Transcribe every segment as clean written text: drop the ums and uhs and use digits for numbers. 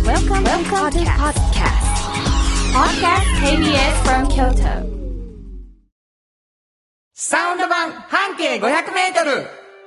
Welcome to podcast. Podcast KBS from Kyoto. サウンド版半径500メートル。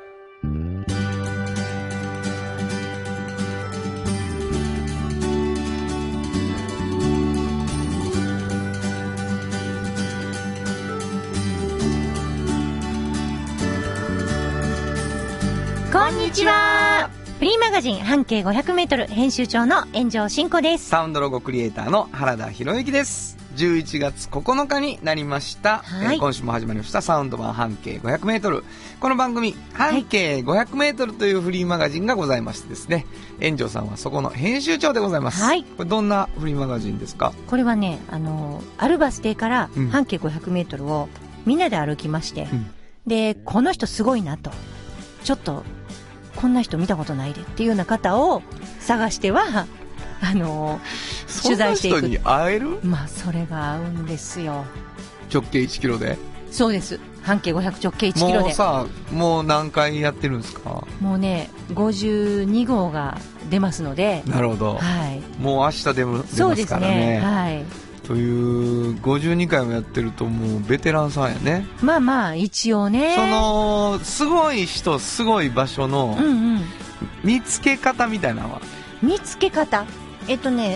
こんにちは。フリーマガジン半径500メートル編集長の炎上真子です。 サウンドロゴクリエイターの原田博之です。11月9日になりました、 はい。 今週も始まりましたサウンド版半径500メートル。この番組半径500メートルというフリーマガジンがございましてですね、炎上さんはそこの編集長でございます。 はい。 これどんなフリーマガジンですか？ これはね、アルバス停から半径500メートルをみんなで歩きまして、で、この人すごいなと、ちょっとこんな人見たことないでっていうような方を探しては取材していく。 そんな人に会える？ まあそれが合うんですよ。 直径1キロで？そうです。半径500直径1キロで。 もうさ、もう何回やってるんですか？もうね、52号が出ますので。 なるほど。 はい。 もう明日出ますからね。そうですね。 はい。 という52回もやってるともうベテランさんやね。 まあまあ一応ね、 そのすごい人すごい場所の見つけ方みたいなのは、 見つけ方、あんまりそんなにね、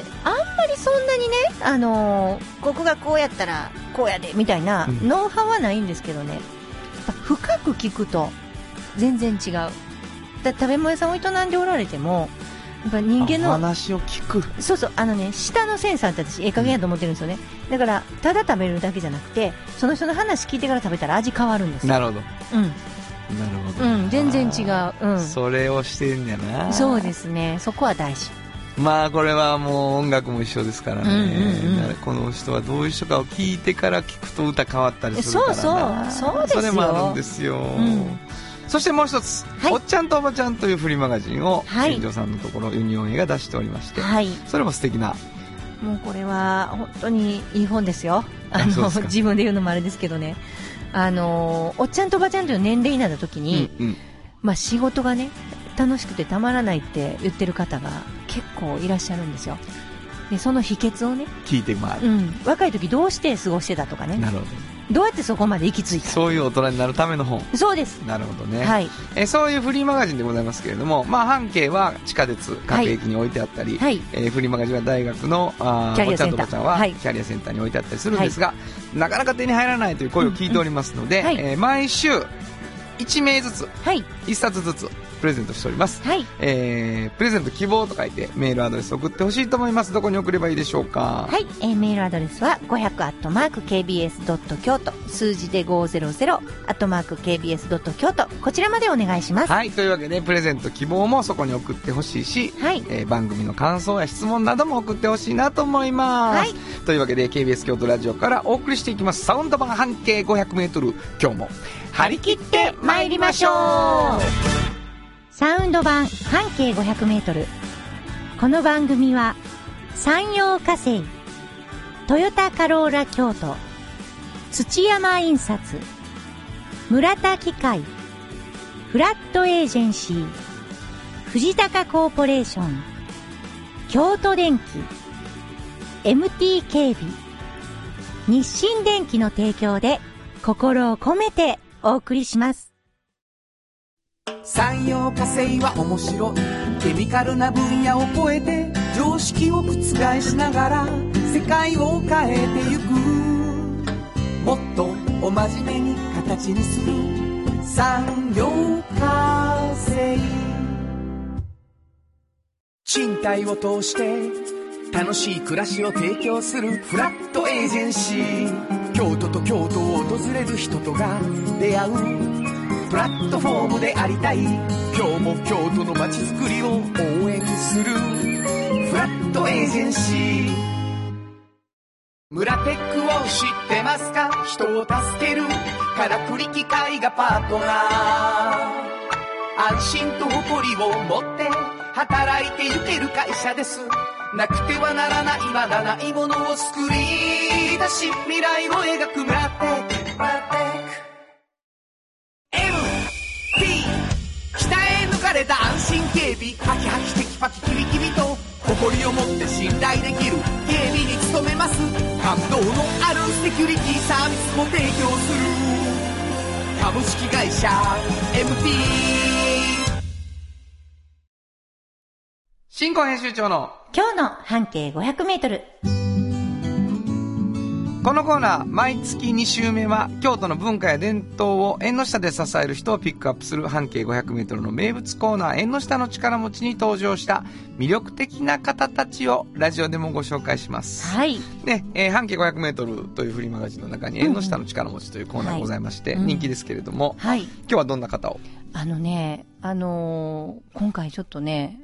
ここがこうやったらこうやでみたいなノウハウはないんですけどね、深く聞くと全然違う。食べ物屋さんを営んでおられてもやっぱ人間の話を聞く。 そうそう、舌のセンサーって私加減やと思ってるんですよね。だからただ食べるだけじゃなくて、その人の話聞いてから食べたら味変わるんですよ。 なるほど。なるほど。 全然違う。 それをしてんだな。 そうですね。そこは大事。 まあこれはもう音楽も一緒ですからね、この人はどういう人かを聞いてから聞くと歌変わったりするからな。 そうですよ。 それもあるんですよ。そしてもう一つ、おっちゃんとおばちゃんというフリーマガジンを炎上さんのところユニオン A が出しておりまして、それも素敵な、 もうこれは本当にいい本ですよ。自分で言うのもあれですけどね、おっちゃんとおばちゃんという年齢になった時に、まあ仕事がね楽しくてたまらないって言ってる方が結構いらっしゃるんですよ。でその秘訣をね聞いて回る、 若い時どうして過ごしてたとかね。 なるほど。 どうやってそこまで行き着いた。 そういう大人になるための本。 そうです。 なるほどね。 はい。 そういうフリーマガジンでございますけれども、まあ半径は地下鉄各駅に置いてあったり、フリーマガジンは大学のおっちゃんとおばちゃんはキャリアセンターに置いてあったりするんですが、なかなか手に入らないという声を聞いておりますので、毎週1名ずつ、1冊ずつプレゼントしております。プレゼント希望と書いてメールアドレス送ってほしいと思います。どこに送ればいいでしょうか？ はい、メールアドレスは 500@kbs.kyoto 数字で 500@kbs.kyoto こちらまでお願いします。 はい、というわけでプレゼント希望もそこに送ってほしいし、番組の感想や質問なども送ってほしいなと思います。というわけで KBS 京都ラジオからお送りしていきますサウンド版半径 500m、 今日も張り切って参りましょう。 サウンド版半径500メートル。この番組は山陽火星、トヨタカローラ京都、土山印刷、村田機械、フラットエージェンシー、藤高コーポレーション、京都電機、MT 警備、日清電機の提供で心を込めてお送りします。 産業化成は面白い。ケミカルな分野を超えて常識を覆しながら世界を変えてゆく。もっとお真面目に形にする産業化成。賃貸を通して楽しい暮らしを提供するフラットエージェンシー。京都と京都を訪れる人とが出会うプラットフォームでありたい。今日も京都の街づくりを応援するフラットエージェンシー。村テックを知ってますか？人を助けるからくり機械がパートナー。安心と誇りを持って働いてゆける会社です。なくてはならないまだないものを作り出し未来を描く村テック。MT 北へ抜かれた安心警備、ハキハキテキパキキビキビと心誇りを持って信頼できる警備に努めます。感動のあるセキュリティサービスも提供する株式会社 MT。 新婚編集長の今日の半径500メートル。 このコーナー、毎月2週目は京都の文化や伝統を縁の下で支える人をピックアップする半径500メートルの名物コーナー、縁の下の力持ちに登場した魅力的な方たちをラジオでもご紹介します。 はい。 ね、半径500メートルというフリーマガジンの中に縁の下の力持ちというコーナーがございまして、人気ですけれども、 はい。 今日はどんな方を？ 今回ちょっとね、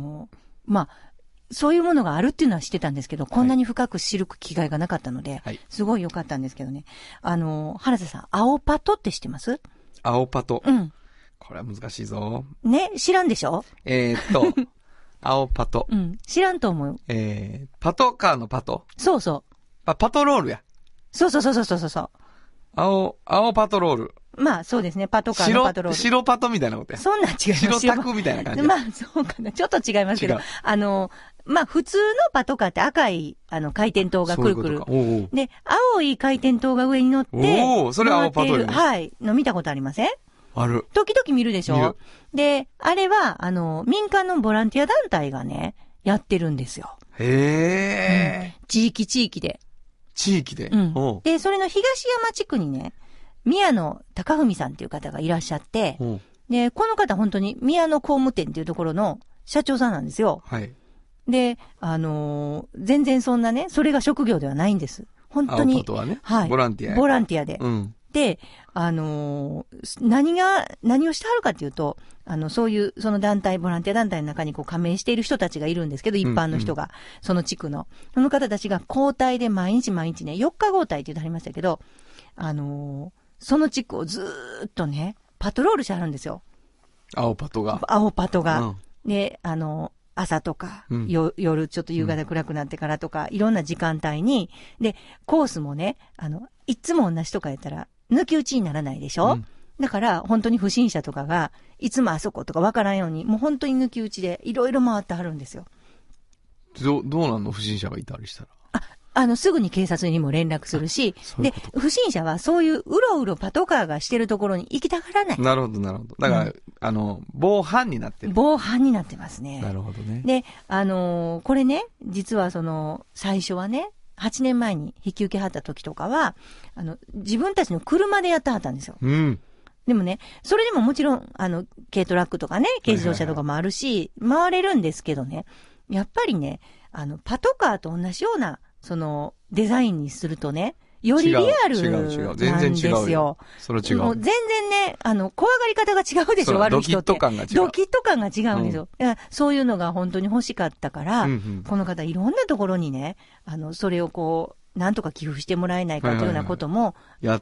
そういうものがあるっていうのは知ってたんですけど、こんなに深く知る機会がなかったので、はい、すごい良かったんですけどね。原田さん、青パトって知ってます？ 青パト。 うん。 これは難しいぞ。 ね、知らんでしょ？ 青パト。 うん、知らんと思う。 パトカーのパト？ そうそう。 パトロールや。 そう。 青パトロール。 まあそうですね、パトカーのパトロール。 白パトみたいなことや。 そんなん違います。 白タクみたいな感じ。 まあそうかな。ちょっと違いますけど、普通のパトカーって赤い、回転灯がくるくる。で、青い回転灯が上に乗って。 それ青パトル。 はい。見たことありません？ ある。 時々見るでしょ？で、あれは、民間のボランティア団体がね、やってるんですよ。 へー。 地域で。 地域で。 で、それの東山地区にね、宮野貴文さんっていう方がいらっしゃって、で、この方本当に宮野工務店っていうところの社長さんなんですよ。 はい。 で、全然そんなね、それが職業ではないんです。本当に。 青パトはね。 はい。 ボランティア。 ボランティアで。で、何をしてはるかっていうと、そういう、その団体、ボランティア団体の中に加盟している人たちがいるんですけど、一般の人が、その地区の。その方たちが交代で毎日ね、4日交代って言ってはりましたけど、その地区をずーっとね、パトロールしてはるんですよ。 青パトが。 で、朝とか、夜ちょっと夕方暗くなってからとか、いろんな時間帯に、で、コースもね、いつも同じとかやったら、抜き打ちにならないでしょ？だから、本当に不審者とかが、いつもあそことかわからんように、もう本当に抜き打ちで、いろいろ回ってはるんですよ。 どうなんの？不審者がいたりしたら。 すぐに警察にも連絡するし、で、不審者はそういううろうろパトカーがしてるところに行きたがらない。 なるほど。だから、防犯になってる。 防犯になってますね。 なるほどね。 で、これね、実は最初はね、8年前に引き受けはった時とかは、自分たちの車でやってはったんですよ。でもね、それでももちろん、軽トラックとかね、軽自動車とかもあるし、回れるんですけどね、やっぱりね、パトカーと同じような、デザインにするとね、よりリアルなんですよ。 全然違うよ。それ違う。 もう全然ね、怖がり方が違うでしょ、悪い人って。 ドキッと感が違う。 ドキッと感が違うんですよ。そういうのが本当に欲しかったから、この方いろんなところにね、それをなんとか寄付してもらえないかというようなことも、やって、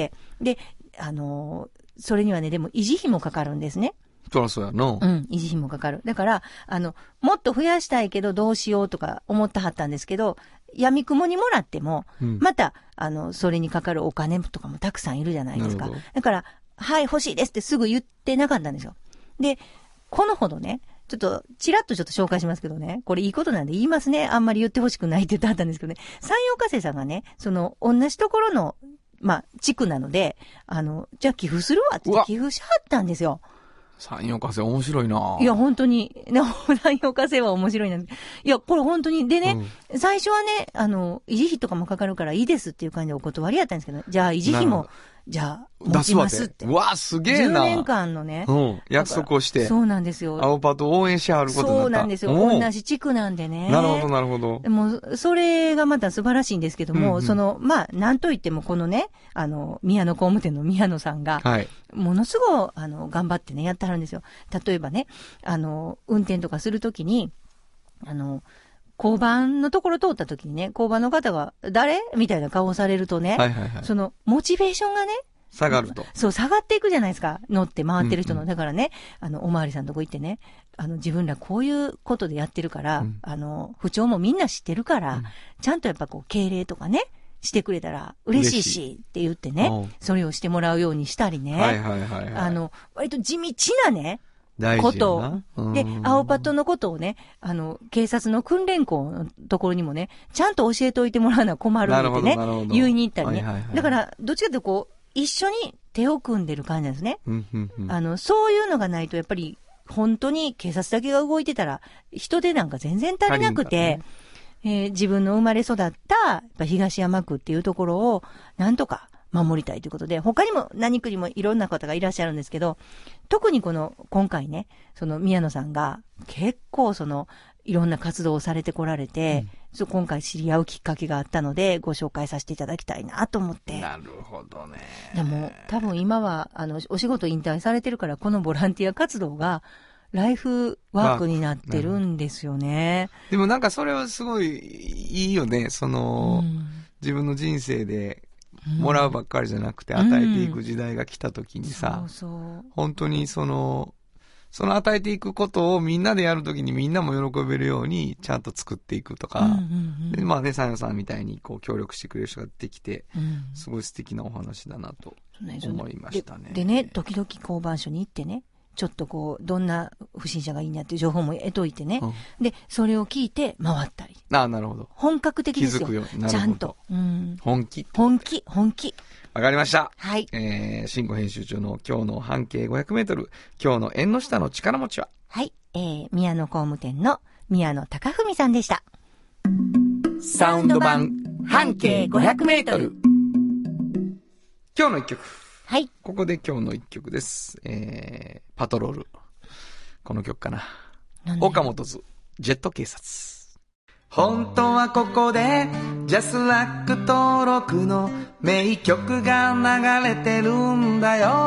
で、それにはね、でも維持費もかかるんですね。 そらそうやな。 維持費もかかる。だから、もっと増やしたいけどどうしようとか思ってはったんですけど、闇雲にもらっても、また、それにかかるお金とかもたくさんいるじゃないですか。だから、はい、欲しいですってすぐ言ってなかったんですよ。で、このほどね、ちらっと紹介しますけどね、これいいことなんで言いますね。あんまり言ってほしくないって言ってはったんですけどね、山陽火星さんがね、同じところの、地区なので、じゃあ寄付するわって寄付しはったんですよ。 山陽火星面白いな。 いや、本当に、山陽火星は面白いな。いや、これ本当に、でね、最初はね、維持費とかもかかるからいいですっていう感じでお断りやったんですけど、じゃあ維持費も、じゃあ、持ちますって。 うわ、すげえな。 10年間のね。 約束をして。 そうなんですよ。 青パト応援しはることになった。 そうなんですよ。同じ地区なんでね。 なるほど。 もう、それがまた素晴らしいんですけども、なんといってもこのね、宮野工務店の宮野さんが、ものすごい、頑張ってね、やってはるんですよ。例えばね、運転とかするときに、交番のところ通った時にね、交番の方が、誰みたいな顔をされるとね、モチベーションがね、 下がると。 そう、下がっていくじゃないですか。乗って回ってる人の。だからね、おまわりさんのとこ行ってね、自分らこういうことでやってるから、不調もみんな知ってるから、ちゃんとやっぱ敬礼とかね、してくれたら嬉しいしって言ってね、それをしてもらうようにしたりね。割と地道なね、 ことを、で、青パトのことをね、警察の訓練校のところにもね、ちゃんと教えておいてもらうのは困るってね、言いに行ったりね。だから、どっちかというとこう、一緒に手を組んでる感じなんですね。そういうのがないと、やっぱり、本当に警察だけが動いてたら、人手なんか全然足りなくて、自分の生まれ育った、やっぱ東山区っていうところを、なんとか守りたいということで、他にも何区にもいろんな方がいらっしゃるんですけど、特に今回ね、宮野さんが結構いろんな活動をされてこられて、今回知り合うきっかけがあったので、ご紹介させていただきたいなと思って。 なるほどね。 でも、多分今は、お仕事引退されてるから、このボランティア活動が、ライフワークになってるんですよね。 でもなんかそれはすごいいいよね。自分の人生でもらうばっかりじゃなくて、与えていく時代が来た時にさ、本当にその与えていくことをみんなでやるときにみんなも喜べるようにちゃんと作っていくとか、でまあね、サヨさんみたいにこう協力してくれる人ができて、すごい素敵なお話だなと思いましたね。 でね、時々交番署に行ってね、ちょっとこう、どんな不審者がいいなっていう情報も得といてね。で、それを聞いて回ったり。 なるほど。 本格的ですよ。 気づくよ。なるほど。 ちゃんと。 本気。わかりました。 はい。 新語編集長の今日の半径500メートル、今日の縁の下の力持ちは？ はい。宮野工務店の宮野貴文さんでした。 サウンド版半径500メートル。 今日の一曲。 はい。 ここで今日の一曲です。パトロール。この曲かな。岡本図、ジェット警察。本当はここで、ジャスラック登録の名曲が流れてるんだよ。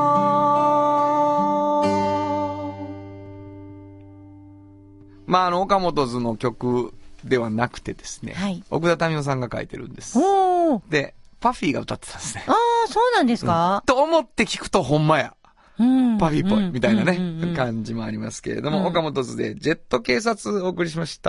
まあ、岡本図の曲ではなくてですね。 はい。 奥田民生さんが書いてるんです。で、パフィーが歌ってたんですね。 ああ、そうなんですか、 と思って聞くとほんまや。パフィーっぽいみたいなね、感じもありますけれども、岡本図でジェット警察お送りしました。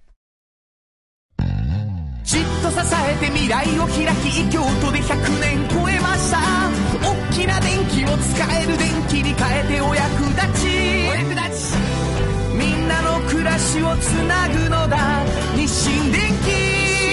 じっと支えて未来を開き、京都で100年超えました。大きな電気を使える電気に変えてお役立ち、みんなの暮らしをつなぐのだ、日清電気。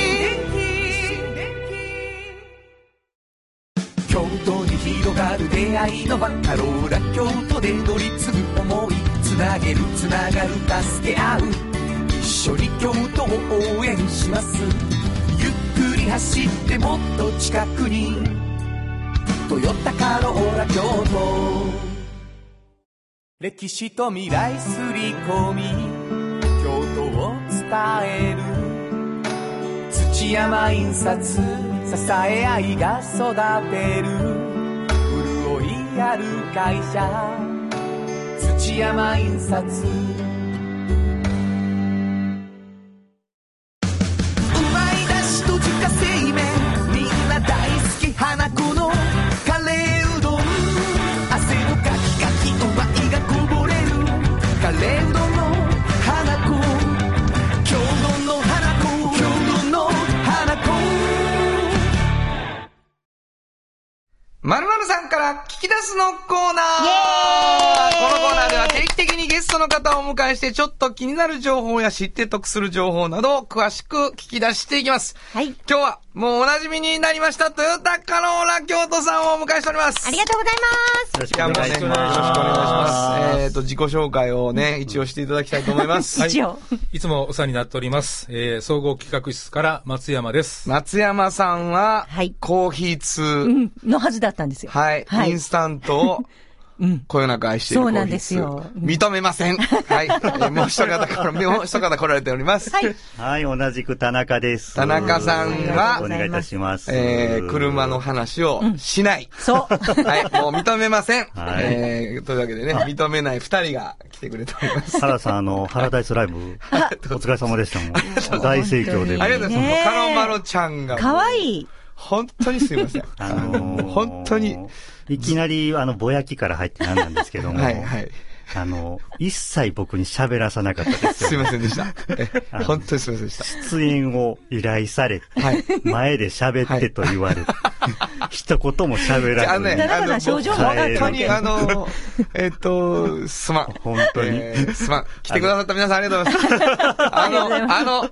京都に広がる出会いのバカローラ京都で乗り継ぐ思い、つなげるつながる助け合う、一緒に京都を応援します。ゆっくり走ってもっと近くに、トヨタカローラ京都。歴史と未来すり込み、京都を伝える土山印刷、支え合いが育てる潤いある会社、土山印刷。花子のカレーうどん、汗のかきかきうまいがこぼれるカレーうどんの花子、京都の花子、京都の花子。 〇〇さんから聞き出すのコーナー。このコーナーでは定期的にゲストの方をお迎えして、ちょっと気になる情報や知って得する情報などを詳しく聞き出していきます。 はい。 今日はもうお馴染みになりましたトヨタカローラ京都さんをお迎えしております。 ありがとうございます。 よろしくお願いします。 よろしくお願いします。自己紹介をね、一応していただきたいと思います。 一応。 いつもお世話になっております。総合企画室から松山です。 松山さんは、はい、コーヒー通、 のはずだったんですよ。 はい。インスタントを、こよなく愛しているコーヒー。そうなんですよ。認めません。はい。もう一方来られております。 はい。はい、同じく田中です。 田中さんは、 お願いいたします。 車の話をしない。 そう。 はい、もう認めません。はい。というわけでね、認めない二人が来てくれております。 原さん、ハラダイスライブ、お疲れ様でしたもん。大盛況で。 ありがとうございます。カロマロちゃんが。 かわいい。 本当にすいません。本当に。 いきなり、ぼやきから入ってなんなんですけども。 はいはい。 一切僕に喋らさなかったですよ。 すいませんでした。本当にすいませんでした。 出演を依頼され、はい、前で喋ってと言われ、一一言も喋らずに。 田中さん、症状も分かってるけど。すまん。 本当に。 すまん。来てくださった皆さんありがとうございます。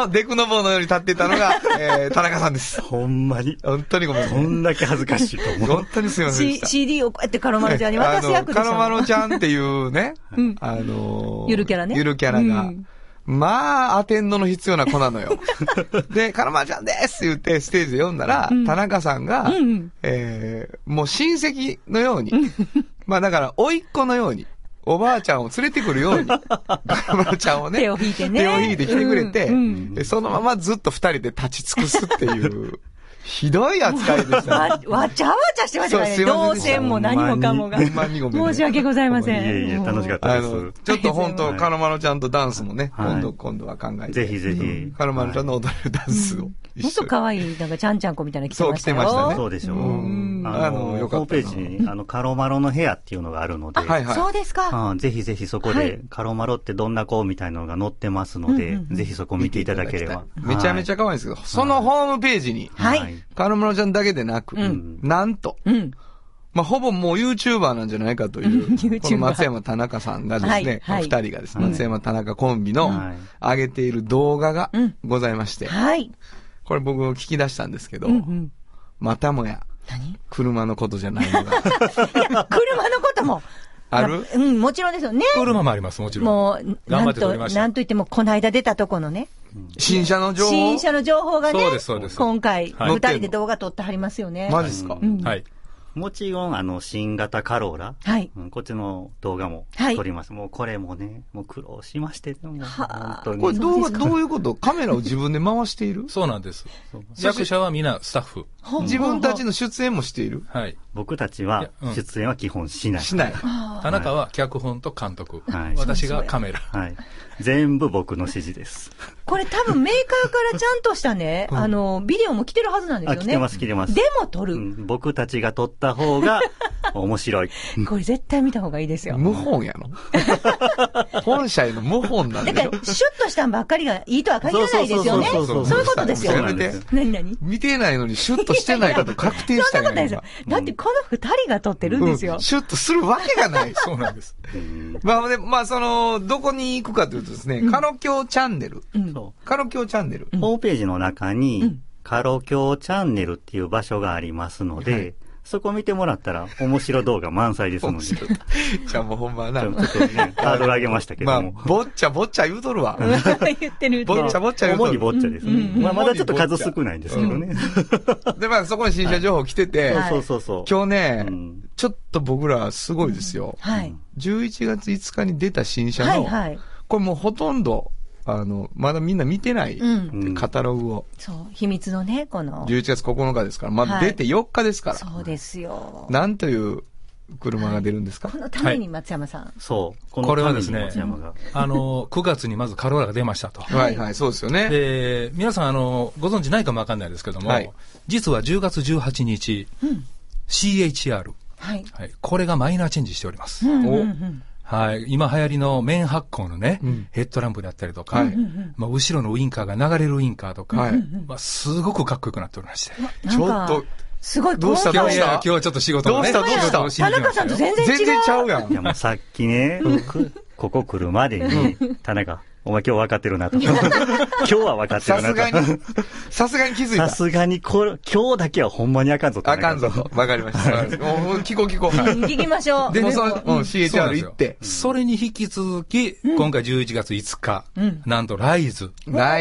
デクノボーのように立っていたのが、田中さんです。 ほんまに。 本当にごめんなさい。 こんだけ恥ずかしいと思う。 本当にすいませんでした。 CD をこうやってカロマロちゃんに渡す役でしょ。 カロマロちゃんっていうね、 ゆるキャラね。 ゆるキャラが。まあ、アテンドの必要な子なのよ。で、カロマロちゃんですって言ってステージで読んだら、田中さんが、もう親戚のように、まあだから、甥っ子のように、おばあちゃんを連れてくるように、カロマロちゃんをね、 手を引いて来てくれて、そのままずっと二人で立ち尽くすっていう、ひどい扱いでしたね。 わちゃわちゃしてましたね。動線も何もかもが。申し訳ございません。 いえいえ、楽しかったです。 ちょっと本当、カロマロちゃんとダンスもね、今度は考えて。 ぜひぜひ。 カロマロちゃんの踊れるダンスを。 もっと可愛い、なんかちゃんちゃんこみたいなの着てましたよ。 そう、着てましたね。 そうでしょう。ホームページに、カロマロの部屋っていうのがあるので。 そうですか。 ぜひぜひそこで、カロマロってどんな子みたいなのが載ってますので、ぜひそこ見ていただければ。 めちゃめちゃ可愛いですけど、そのホームページに、カロマロちゃんだけでなく、なんと、まあ、ほぼもう YouTuber なんじゃないかという、この松山田中さんがですね、二人がですね、松山田中コンビの上げている動画がございまして、これ僕聞き出したんですけど、またもや、車のことじゃないのが。いや、 車のことも。 ある？ もちろんですよね。 車もあります、もちろん。 もう、頑張って撮りました。なんといっても、この間出たとこのね。 新車の情報がね。 そうです、そうです。 今回、二人で動画撮ってはりますよね。 マジですか？ はい。 もちろん、新型カローラ。 はい。 こっちの動画も撮ります。もうこれもね、もう苦労しまして、もう本当に。 これ動画どういうこと？カメラを自分で回している？ そうなんです。役者はみんなスタッフ。 自分たちの出演もしている？ はい。 僕たちは出演は基本しない。 しない。 田中は脚本と監督。私がカメラ。 はい。全部僕の指示です。 これ多分メーカーからちゃんとしたね、ビデオも来てるはずなんですよね。 来てます、来てます。 でも撮る。 僕たちが撮った方が面白い。 これ絶対見た方がいいですよ。 謀反やの本社への謀反なんでしょ。 だから、シュッとしたんばっかりがいいとは限らないですよね。そういうことですよ。 やめて。 何見てないのにシュッとしてないこと確定したよ。そんなことないですよ。だってこの二人が撮ってるんですよ。 シュッとするわけがない。 そうなんです。 まあ、どこに行くかというとですね、カロキョチャンネル。カロキョチャンネル。 ホームページの中に、カロキョチャンネルっていう場所がありますので、そこ見てもらったら面白動画満載ですので。 じゃあもうほんまな。 ちょっとね、ハードル上げましたけども。 まあ、ぼっちゃ言うとるわ。 言ってる。 ぼっちゃ言うとる。 主にぼっちゃですね。まあまだちょっと数少ないんですけどね。 で、まあそこに新車情報来てて、 そう。 今日ね、ちょっと僕らすごいですよ。11月5日に出た新車の、これもうほとんど、まだみんな見てないカタログを。 そう、秘密のね、この。 11月9日ですから、まだ出て4日ですから。 そうですよ。 なんという車が出るんですか？ このために松山さん。 そう。 これはですね、9月にまずカローラが出ましたと。 はいはい、そうですよね。 で、皆さんご存知ないかもわかんないですけども、実は10月18日、CHR。はい。これがマイナーチェンジしております。はい。今流行りの面発光のね、ヘッドランプだったりとか、まあ後ろのウインカーが流れるウインカーとか、まあすごくかっこよくなっておりまして。 ちょっと、 すごい、 どうした今日はちょっと仕事をね。 どうした田中さんと全然違う。 全然ちゃうやん。 いやもうさっきね、ここ来るまでに、田中、お前今日分かってるなと。今日は分かってるなと。 さすがに気づいた。 さすがに今日だけはほんまにあかんぞと。 あかんぞと。わかりました。もう聞こう。 聞きましょう。 でもCHR 行って。 それに引き続き、今回11月5日、なんとライズ。 はい、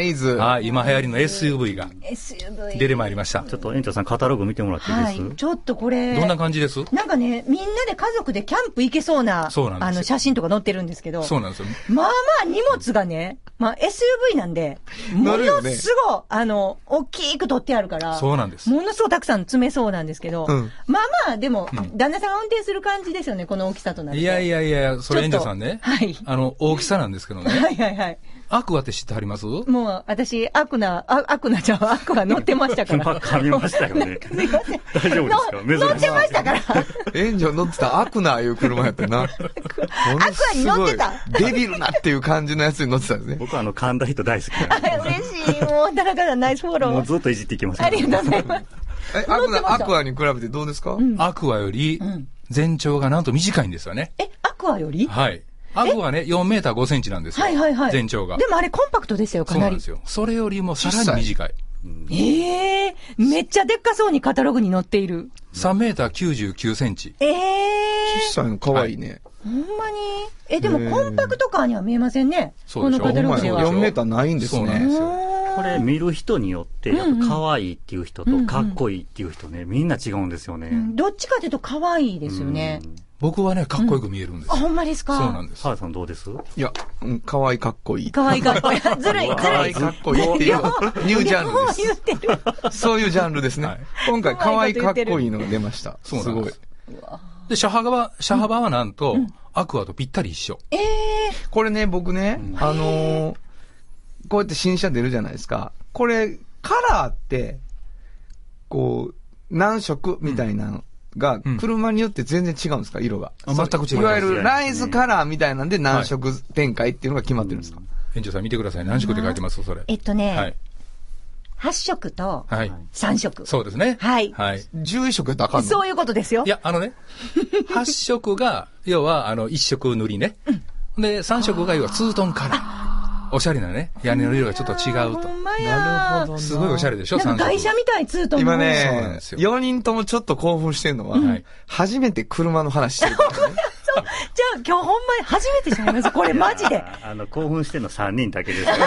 今流行りの SUV が出てまいりました。 ちょっと園長さんカタログ見てもらっていいです？ はい。ちょっとこれ。 どんな感じです？ なんかね、みんなで家族でキャンプ行けそうな、写真とか載ってるんですけど。 そうなんですよ。 まあ荷物がね、まあ SUV なんで、ものすごい、大きく撮ってあるから、 そうなんです。 ものすごいたくさん詰めそうなんですけど、まあでも、旦那さんが運転する感じですよね、この大きさとなると。 いや、それ園長さんね。 はい。 大きさなんですけどね。 はい。 アクアって知ってはります？ もう、私、アクナちゃんはアクア乗ってましたから。 噛みましたよね。すいません。大丈夫ですか？ 乗ってましたから。 園長乗ってたアクナいう車やったな。アクアに乗ってた。 デビルなっていう感じのやつに乗ってたんですね。 僕は噛んだ人大好き。 嬉しい。もう、田中さんナイスフォロー。 もうずっといじっていきます。 ありがとうございます。 アクアに比べてどうですか？ アクアより、全長がなんと短いんですよね。 アクアより？ はい。アクアね、4メーター5センチなんですよ。 はいはいはい。 全長が。 でもあれコンパクトですよ、かなり。 そうなんですよ。それよりもさらに短い。 めっちゃでっかそうにカタログに載っている。 3メーター99センチ。 小さいの可愛いね。 ほんまに。でもコンパクトカーには見えませんね。 そうでしょ。 このカタログでは。 4メーターないんですね。 そうなんですよ。 これ見る人によって、やっぱ可愛いっていう人とかっこいいっていう人ね、みんな違うんですよね。 どっちかというと可愛いですよね。 僕はね、かっこよく見えるんですよ。 ほんまですか？ そうなんです。 原さんどうです？ いや、可愛いかっこいい。 可愛いかっこいい。ずるい。 可愛いかっこいいっていうニュージャンルです。そういうジャンルですね。今回可愛いかっこいいのが出ました。 そうなんです。で、車幅はなんと、アクアとぴったり一緒。 これね、僕ね、こうやって新車出るじゃないですか。これ、カラーって、こう、何色みたいなのが、車によって全然違うんですか、色が。 全く違います。 いわゆるライズカラーみたいなんで何色展開っていうのが決まってるんですか？ 園長さん見てください。何色って書いてますそれ。 8色と3色。 そうですね。 はい。 11色やったらあかんの？ そういうことですよ。 いや、8色が、要は、1色塗りね。で、3色が要はツートンカラー。おしゃれなね、屋根の色がちょっと違うと。 なるほど。 すごいおしゃれでしょ、 なんか外車みたい、ツートン今ね、4人ともちょっと興奮してるのは、初めて車の話してるからね。 じゃあ今日ほんまに初めてちゃいますこれマジで。 興奮してるの3人だけですから。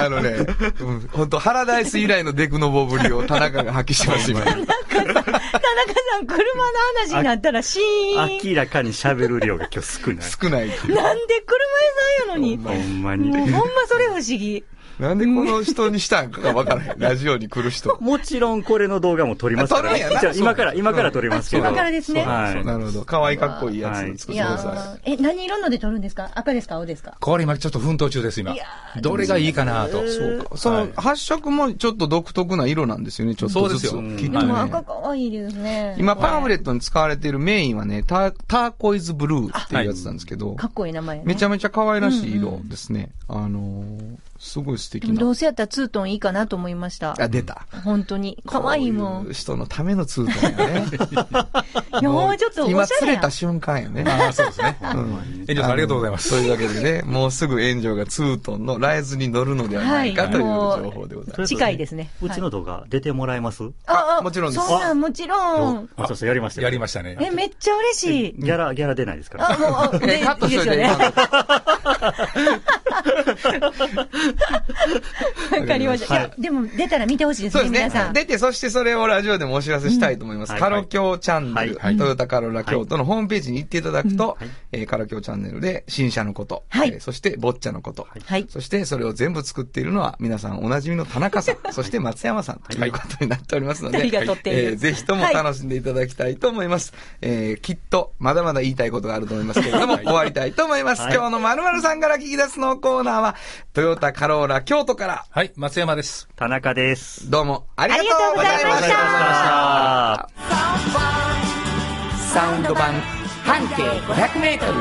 本当ハラダイス以来のデクノボぶりを田中が発揮してます、今。 田中さん、車の話になったらシーン。 明らかに喋る量が今日少ない。 少ない。 なんで車屋さんやのに。 ほんまに。 ほんまそれ不思議。 なんでこの人にしたんかがわからへん。ラジオに来る人。 もちろんこれの動画も撮りますから。じゃあ今から撮りますけど。 今からですね。 なるほど。可愛いかっこいいやつ作ってください。何色ので撮るんですか？赤ですか？青ですか？ これ今ちょっと奮闘中です、今。どれがいいかなと。 そうか。その8色もちょっと独特な色なんですよね、ちょっとずつ。そうですよ。 でも赤可愛いですね。 今パンフレットに使われているメインはね、ターコイズブルーっていうやつなんですけど。 かっこいい名前ね。 めちゃめちゃ可愛らしい色ですね。すごい素敵な。 どうせやったらツートンいいかなと思いました。 出た。 本当に。可愛いもん。 こういう人のためのツートンやね。 いや、もうちょっと今釣れた瞬間やね。 そうですね。園長さんありがとうございます。 というわけでね、もうすぐ園長がツートンのライズに乗るのではないかという情報でございます。 近いですね。 うちの動画出てもらえます？ もちろんです。 そうなん、もちろん。 そうやりました。 やりましたね。 めっちゃ嬉しい。 ギャラ出ないですから。 カットしといて。 わかりました。いや、でも出たら見てほしいですね、皆さん。 出て、そしてそれをラジオでもお知らせしたいと思います。カロキョチャンネル、トヨタカローラ京都のホームページに行っていただくと、カロキョチャンネルで新車のこと、そしてボッチャのこと、そしてそれを全部作っているのは皆さんおなじみの田中さん、そして松山さんということになっておりますので、ぜひとも楽しんでいただきたいと思います。きっとまだまだ言いたいことがあると思いますけれども、終わりたいと思います。今日の〇〇さんから聞き出すのコーナーは、トヨタカローラ京都から。 はい、松山です。 田中です。 どうもありがとうございました。サウンド版半径500メートル。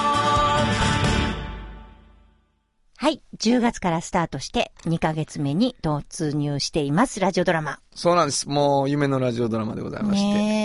はい。10月からスタートして2ヶ月目に突入しています。ラジオドラマ。 そうなんです。もう夢のラジオドラマでございまして。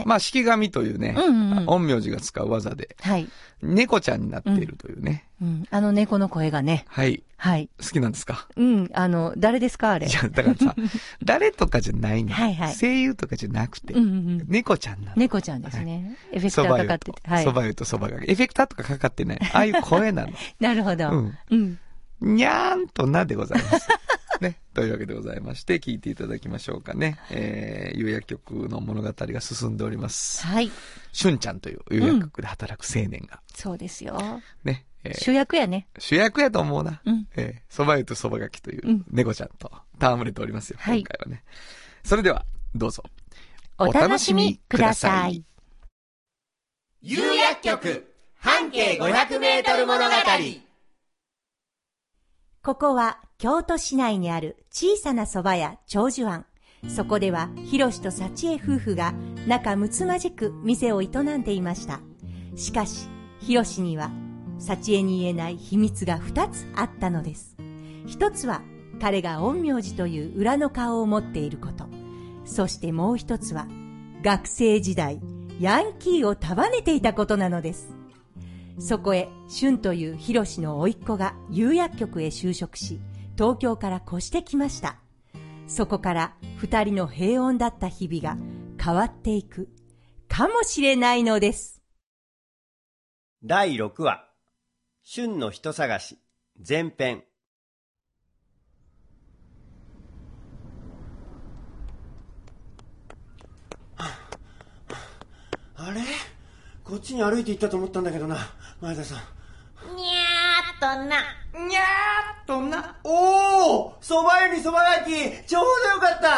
まあ、式神というね、陰陽師が使う技で、猫ちゃんになっているというね。 猫の声がね。 はい。 はい。 好きなんですか？ 誰ですかあれ。 いや、だからさ、誰とかじゃないね。声優とかじゃなくて、猫ちゃんなの。 猫ちゃんですね。エフェクターかかってて。 そば湯とそばが。エフェクターとかかかってない。ああいう声なの。 なるほど。 にゃーんとなでございます。ね。というわけでございまして、聞いていただきましょうかね。有薬局の物語が進んでおります。はい。しゅんちゃんという有薬局で働く青年が。 そうですよ。 ね。 主役やね。 主役やと思うな。そば湯とそばがきという猫ちゃんと戯れておりますよ。今回はね。それでは、どうぞ。 お楽しみください。 有薬局半径500メートル物語。 ここは京都市内にある小さな蕎麦屋長寿庵。そこではひろしと幸恵夫婦が仲睦まじく店を営んでいました。しかしひろしには幸恵に言えない秘密が2つあったのです。一つは彼が陰陽師という裏の顔を持っていること。 そしてもう一つは、学生時代、ヤンキーを束ねていたことなのです。そこへ、俊というヒロシの甥っ子が釉薬局へ就職し、東京から越してきました。そこから二人の平穏だった日々が変わっていくかもしれないのです。 第6話、俊の人探し前編。あれ、こっちに歩いて行ったと思ったんだけどな、前田さん。 にゃーっとな。 にゃーっとな。 おお、そば湯にそばがき、ちょうどよかった。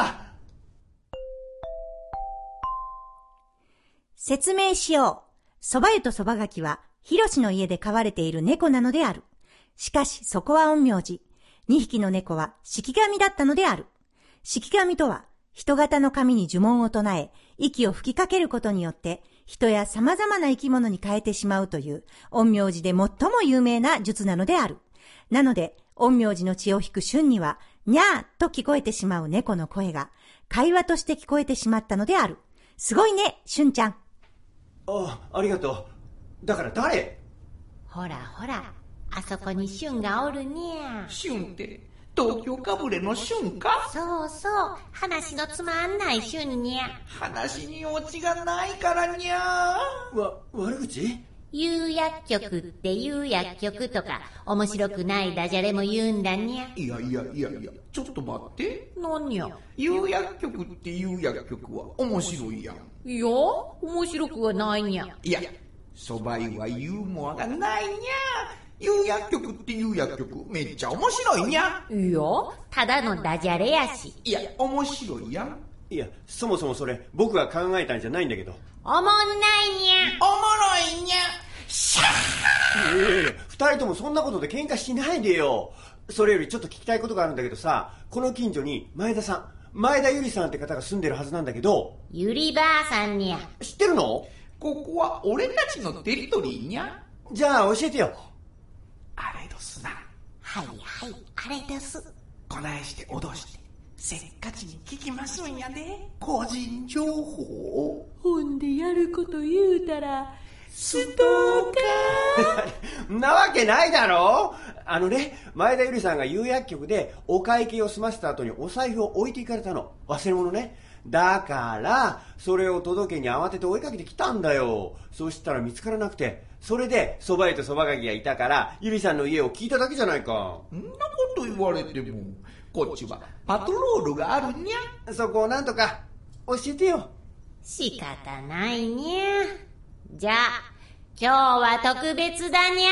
説明しよう。そば湯とそばがきは、ヒロシの家で飼われている猫なのである。しかし、そこは陰陽師。2匹の猫は式神だったのである。式神とは、人型の神に呪文を唱え、息を吹きかけることによって、人や様々な生き物に変えてしまうという、陰陽師で最も有名な術なのである。なので、陰陽師の血を引く俊には、にゃーと聞こえてしまう猫の声が、会話として聞こえてしまったのである。すごいね、俊ちゃん。 ありがとう。だから誰？ ほらほら、あそこに俊がおるにゃ。 俊って東京かぶれの俊か？ そうそう、話のつまんない俊にゃ。 話にオチがないからにゃ。 悪口？ 釉薬局って釉薬局とか面白くないダジャレも言うんだにゃ。 いや、ちょっと待って。 何や？ 釉薬局って釉薬局は面白いやん。 いや、面白くはないにゃ。 いや、そば湯はユーモアがないにゃ。釉薬局って釉薬局めっちゃ面白いにゃ。 いや、ただのダジャレやし。 いや、面白いやん。 いや、そもそもそれ僕が考えたんじゃないんだけど。 おもんないにゃ。 おもろいにゃ。シャー。 二人ともそんなことで喧嘩しないでよ。それよりちょっと聞きたいことがあるんだけどさ、この近所に前田ゆりさんって方が住んでるはずなんだけど。 ゆりばあさんにゃ。 知ってるの？ ここは俺たちのテリトリーにゃ。 じゃあ教えてよ。 あれどすな。 はい、あれです。 こないして脅してせっかちに聞きますんやで。個人情報を。 ほんでやること言うたらストーカーなわけないだろ。前田ゆりさんが釉薬局でお会計を済ませた後にお財布を置いていかれたの。忘れ物ね。だからそれを届けに慌てて追いかけてきたんだよ。そしたら見つからなくて、それでそば湯とそばがきがいたからゆりさんの家を聞いただけじゃないか。 そんなこと言われてもこっちはパトロールがあるにゃ。 そこをなんとか教えてよ。 仕方ないにゃ。じゃあ今日は特別だにゃ。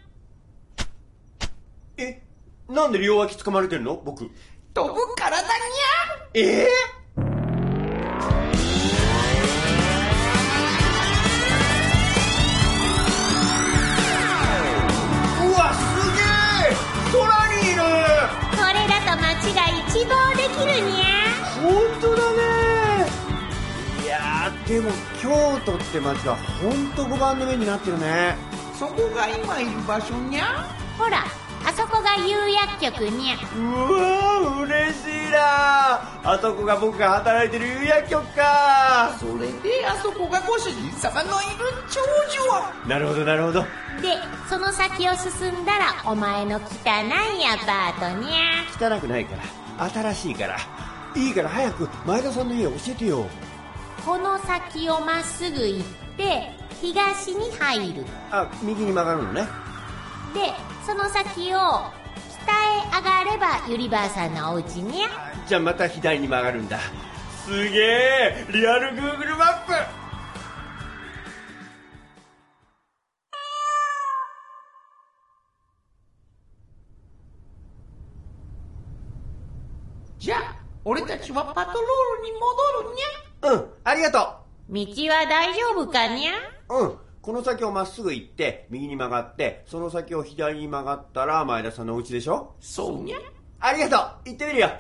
なんで両脇掴まれてるの？僕飛ぶからだにゃ。うわ、すげえ！空にいる！ これだと街が一望できるにゃ。 本当だね。いやー、でも京都って街は本当5番の目になってるね。 そこが今いる場所にゃ。 ほら、あそこが釉薬局にゃ。 うわー、嬉しいな。あそこが僕が働いてる釉薬局か。 それであそこがご主人様のいる長寿は。 なるほど。 で、その先を進んだらお前の汚いアパートにゃ。 汚くないから、新しいから。いいから早く前田さんの家教えてよ。 この先をまっすぐ行って東に入る。 右に曲がるのね。 で、その先を北へ上がればゆりばあさんのお家にゃ。 じゃあまた左に曲がるんだ。すげえ、リアル Google マップ。 じゃあ俺たちはパトロールに戻るにゃ。 ありがとう。道は大丈夫かにゃ。 この先をまっすぐ行って右に曲がって、その先を左に曲がったら前田さんのお家でしょ。 そうにゃ。 ありがとう。行ってみるよ。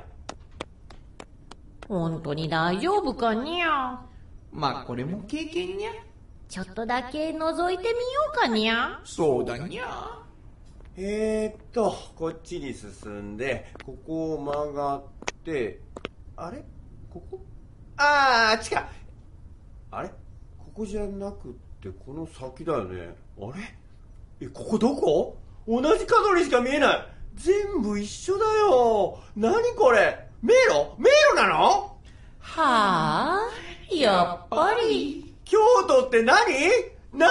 本当に大丈夫かにゃ。 まあこれも経験にゃ。 ちょっとだけ覗いてみようかにゃ。 そうだにゃ。 こっちに進んでここを曲がって、あれここあっちか。あれ、ここじゃなくってこの先だよね。あれ、ここどこ？同じ角にしか見えない。全部一緒だよ。何これ、迷路なの？ はあ、やっぱり。 京都って何なの？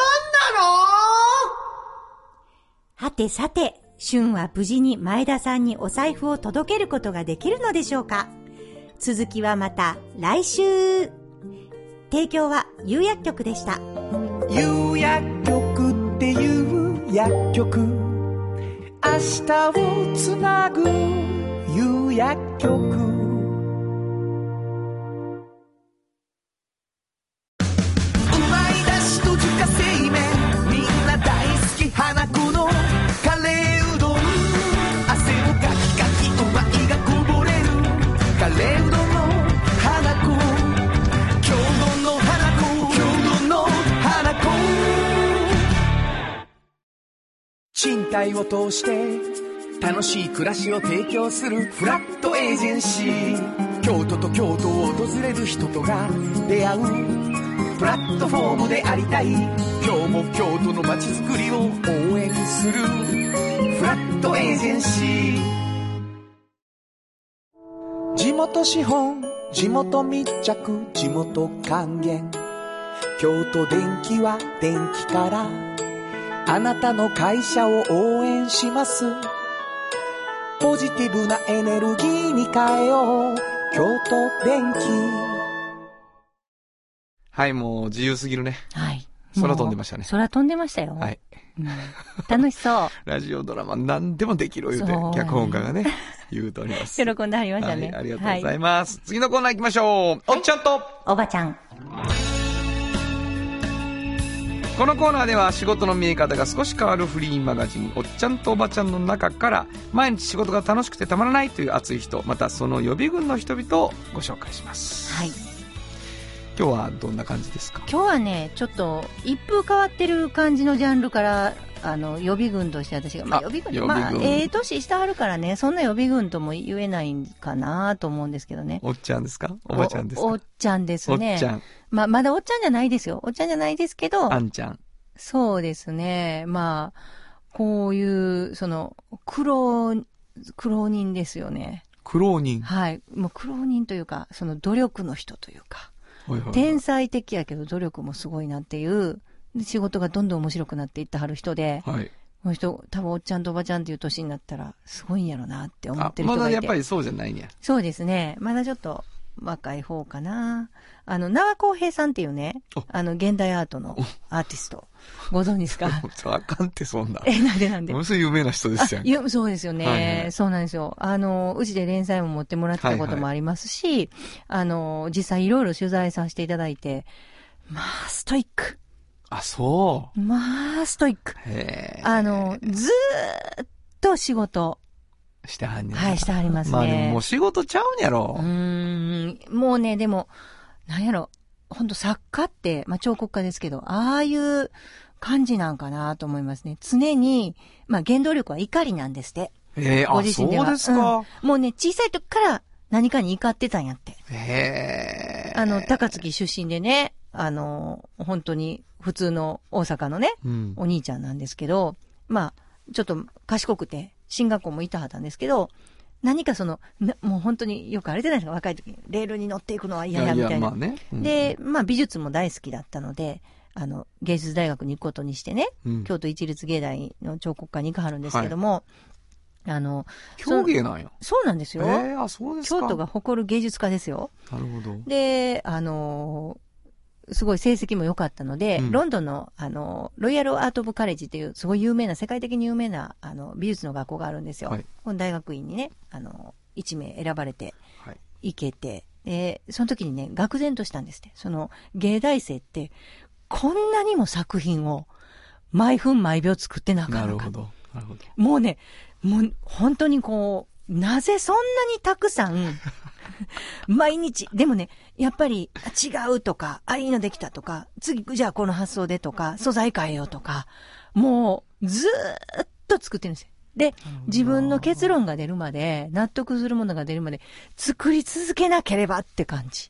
はてさて、俊は無事に前田さんにお財布を届けることができるのでしょうか。続きはまた来週。提供は有薬局でした。 有薬局っていう薬局、明日をつなぐ有薬局。花子のカレーうどん、汗をかきかきうまいがこぼれるカレーうどんの花子、郷土の花子、郷土の花子。賃貸を通して楽しい暮らしを提供するフラットエージェンシー、京都と京都を訪れる人とが出会うプラットフォームでありたい。今日も京都の街づくりを応援するフラットエージェンシー。地元資本、地元密着、地元還元、京都電気は電気からあなたの会社を応援します。ポジティブなエネルギーに変えよう、京都電気。 はい、もう自由すぎるね。 はい。 空飛んでましたね。 空飛んでましたよ。 はい。 うん、楽しそう。 ラジオドラマ何でもできる言うて、脚本家がね、言うとおります。 喜んではりましたね。 はい、ありがとうございます。はい、次のコーナー行きましょう。おっちゃんとおばちゃん。 このコーナーでは仕事の見え方が少し変わるフリーマガジンおっちゃんとおばちゃんの中から毎日仕事が楽しくてたまらないという熱い人、またその予備軍の人々をご紹介します。はい。今日はどんな感じですか？ 今日はね、ちょっと一風変わってる感じのジャンルから予備軍として私が、予備軍、年下あるからね、そんな予備軍とも言えないんかなと思うんですけどね。 おっちゃんですか？おばちゃんですか？ おっちゃんですね。 おっちゃん。 まだおっちゃんじゃないですよ。おっちゃんじゃないですけど。 あんちゃん。 そうですね。こういう、苦労人ですよね。 苦労人。 はい。もう苦労人というか、努力の人というか。天才的やけど努力もすごいなっていう、仕事がどんどん面白くなっていってはる人で、はい、この人多分おっちゃんとおばちゃんっていう年になったらすごいんやろなって思ってる人がいて。 まだやっぱりそうじゃないんや。 そうですね。まだちょっと若い方かな。縄公平さんっていうね、現代アートのアーティスト。ご存知ですか？ あかんってそんな。 なんでものすごい有名な人ですよね。 そうですよね、はいはい。そうなんですよ。うちで連載も持ってもらってたこともありますし、はいはい、実際いろいろ取材させていただいて、ストイック。 あ、そう。 ストイック。ずーっと仕事。 してはんねん。 はい、してはりますね。 でももう仕事ちゃうんやろ。 もうね、でも、なんやろ。本当作家って、彫刻家ですけど、ああいう感じなんかなと思いますね。常に、原動力は怒りなんですって。ご自身では。 そうですか、 もうね、小さい時から何かに怒ってたんやって。高槻出身でね、本当に普通の大阪のね、お兄ちゃんなんですけど、ちょっと賢くて、進学校もいたはったんですけど、何かもう本当によくあれじゃないですか、若い時に。レールに乗っていくのは嫌や、みたいな。で、美術も大好きだったので、芸術大学に行くことにしてね、京都一律芸大の彫刻科に行かはるんですけども、 京芸なんや。 そうなんですよ。 そうですか。 京都が誇る芸術家ですよ。 なるほど。 で、すごい成績も良かったので、ロンドンの、ロイヤルアート・オブ・カレッジっていう、すごい有名な、世界的に有名な、美術の学校があるんですよ。はい、この大学院にね、1名選ばれて、行けて、で、その時にね、愕然としたんですって。芸大生って、こんなにも作品を、毎分毎秒作ってなかった。 なるほど。なるほど。 もうね、本当になぜそんなにたくさん、毎日、でもね、やっぱり違うとか、いいのできたとか、次、じゃあこの発想でとか、素材変えようとか、もうずーっと作ってるんですよ。で、自分の結論が出るまで、納得するものが出るまで、作り続けなければって感じ。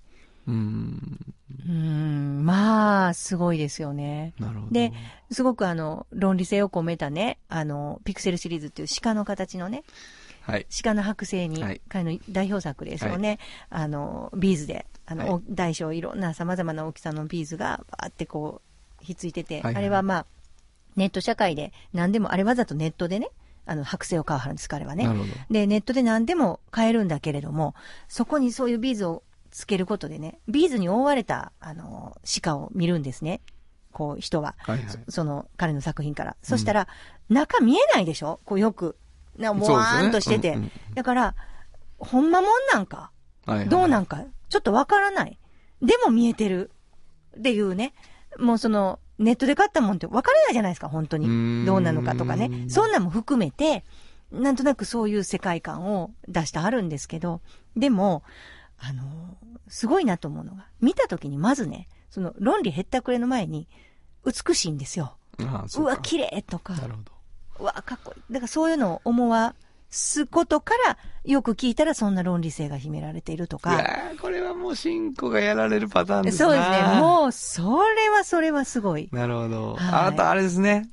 まあ、すごいですよね。 なるほど。 で、すごく論理性を込めたね、ピクセルシリーズっていう鹿の形のね、 はい。 鹿の剥製に、彼の代表作ですよね。はい、ビーズで、大小いろんな様々な大きさのビーズがバーってこう、ひっついてて、あれはまあ、ネット社会で何でも、あれわざとネットでね、剥製を買うはるんです、彼はね。 なるほど。 で、ネットで何でも買えるんだけれども、そこにそういうビーズをつけることでね、ビーズに覆われた、鹿を見るんですね。こう、人は。その、彼の作品から。そしたら、中見えないでしょこう、よく。もわーんとしてて。だから、ほんまもんなんか、どうなんか、ちょっとわからない。でも見えてる。っていうね。もうその、ネットで買ったもんってわからないじゃないですか、本当に。どうなのかとかね。そんなも含めて、なんとなくそういう世界観を出してあるんですけど、でも、すごいなと思うのが、見たときにまずね、その論理へったくれの前に、美しいんですよ。うわ、綺麗とか。 なるほど。 うわ、かっこいい。だからそういうのを思わすことから、よく聞いたらそんな論理性が秘められているとか。 いやー、これはもう進行がやられるパターンですね。 そうですね。もう、それはすごい。 なるほど。あなたあれですね。